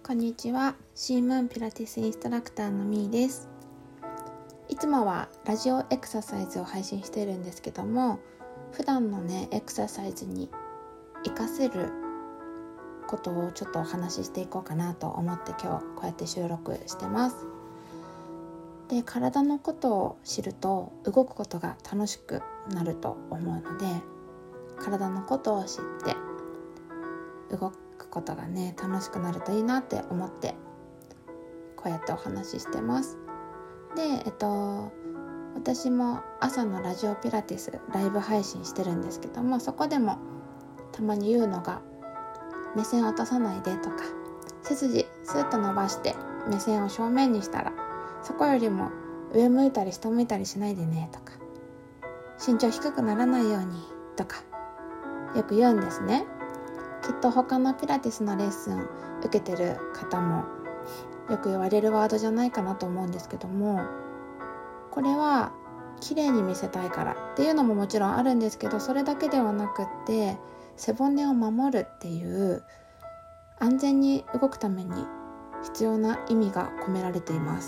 こんにちは。シームーンピラティスインストラクターのみーです。いつもはラジオエクササイズを配信しているんですけども、普段のエクササイズに活かせることをちょっとお話ししていこうかなと思って今日こうやって収録してます。で、体のことを知ると動くことが楽しくなると思うので、体のことを知って動くことが楽しくなるといいなって思ってこうやってお話ししてます。で、私も朝のラジオピラティスライブ配信してるんですけども、そこでもたまに言うのが、目線を落とさないでとか、背筋スーッと伸ばして目線を正面にしたらそこよりも上向いたり下向いたりしないでねとか、身長低くならないようにとかよく言うんですね。きっと他のピラティスのレッスン受けてる方もよく言われるワードじゃないかなと思うんですけども、これは綺麗に見せたいからっていうのももちろんあるんですけど、それだけではなくって背骨を守るっていう安全に動くために必要な意味が込められています。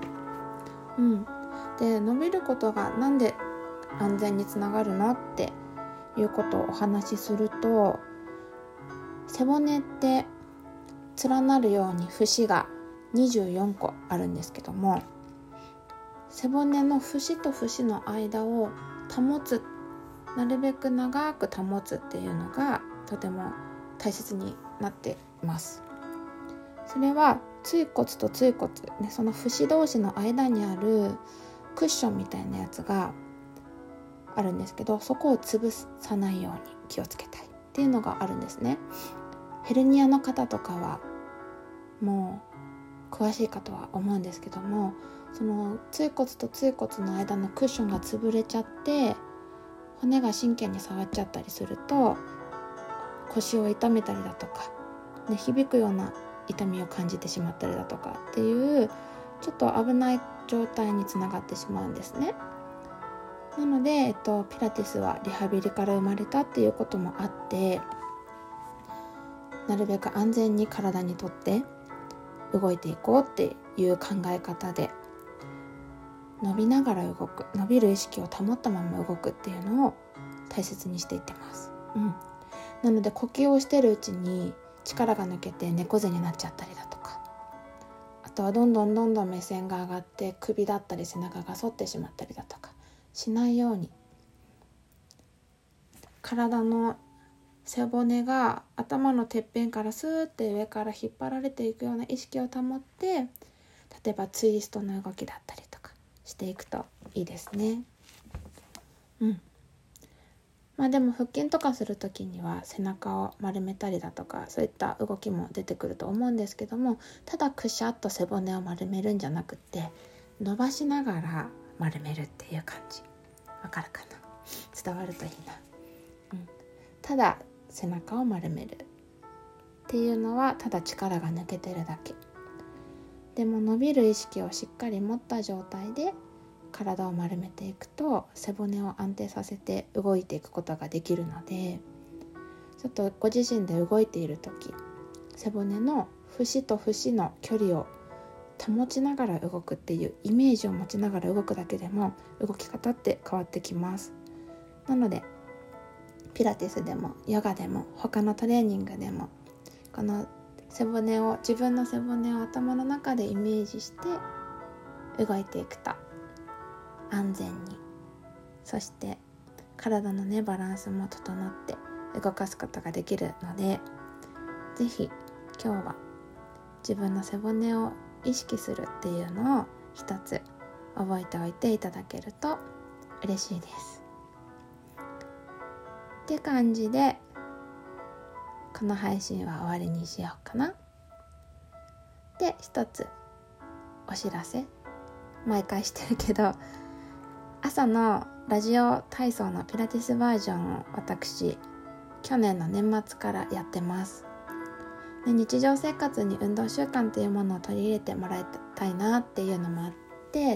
で、伸びることがなんで安全につながるのっていうことをお話しすると、背骨って連なるように節が24個あるんですけども、背骨の節と節の間を保つ、なるべく長く保つっていうのがとても大切になっています。それは椎骨と椎骨、その節同士の間にあるクッションみたいなやつがあるんですけど、そこを潰さないように気をつけたいっていうのがあるんですね。ヘルニアの方とかはもう詳しいかとは思うんですけども、その椎骨と椎骨の間のクッションが潰れちゃって骨が神経に触っちゃったりすると腰を痛めたりだとか、響くような痛みを感じてしまったりだとかっていうちょっと危ない状態につながってしまうんですね。なので、ピラティスはリハビリから生まれたっていうこともあって、なるべく安全に体にとって動いていこうっていう考え方で、伸びながら動く、伸びる意識を保ったまま動くっていうのを大切にしていってます。なので呼吸をしてるうちに力が抜けて猫背になっちゃったりだとか、あとはどんどん目線が上がって首だったり背中が反ってしまったりだとかしないように、体の背骨が頭のてっぺんからスーって上から引っ張られていくような意識を保って、例えばツイストの動きだったりとかしていくといいですね。でも腹筋とかするときには背中を丸めたりだとか、そういった動きも出てくると思うんですけども、ただくしゃっと背骨を丸めるんじゃなくって伸ばしながら丸めるっていう感じ、わかるかな？伝わるといいな。ただ背中を丸めるっていうのはただ力が抜けてるだけでも、伸びる意識をしっかり持った状態で体を丸めていくと背骨を安定させて動いていくことができるので、ちょっとご自身で動いている時、背骨の節と節の距離を保ちながら動くっていうイメージを持ちながら動くだけでも動き方って変わってきます。なのでピラティスでもヨガでも他のトレーニングでも、この背骨を、自分の背骨を頭の中でイメージして動いていくと安全に、そして体のバランスも整って動かすことができるので、ぜひ今日は自分の背骨を意識するっていうのを一つ覚えておいていただけると嬉しいですって感じで、この配信は終わりにしようかな。で、一つお知らせ、毎回してるけど、朝のラジオ体操のピラティスバージョンを私去年の年末からやってます。で、日常生活に運動習慣っていうものを取り入れてもらいたいなっていうのもあって、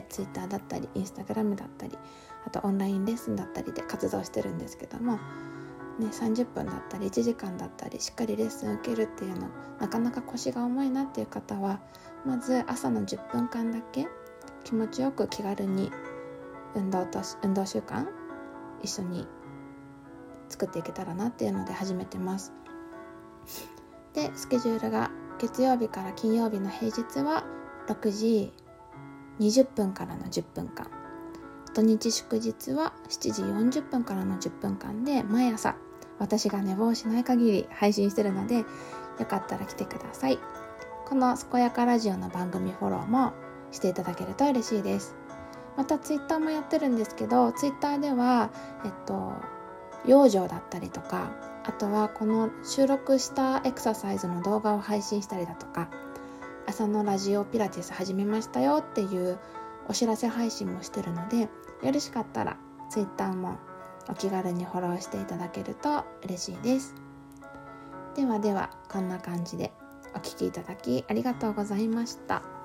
ツイッターだったりインスタグラムだったり、あとオンラインレッスンだったりで活動してるんですけども、 30分だったり1時間だったりしっかりレッスン受けるっていうのなかなか腰が重いなっていう方は、まず朝の10分間だけ気持ちよく気軽に運動習慣一緒に作っていけたらなっていうので始めてます。でスケジュールが月曜日から金曜日の平日は6時20分からの10分間、土日祝日は7時40分からの10分間で毎朝私が寝坊しない限り配信してるので、よかったら来てください。この健やかラジオの番組フォローもしていただけると嬉しいです。またツイッターもやってるんですけど、ツイッターでは養生だったりとか、あとはこの収録したエクササイズの動画を配信したりだとか、朝のラジオピラティス始めましたよっていうお知らせ配信もしてるので、よろしかったらツイッターもお気軽にフォローしていただけると嬉しいです。ではこんな感じでお聞きいただきありがとうございました。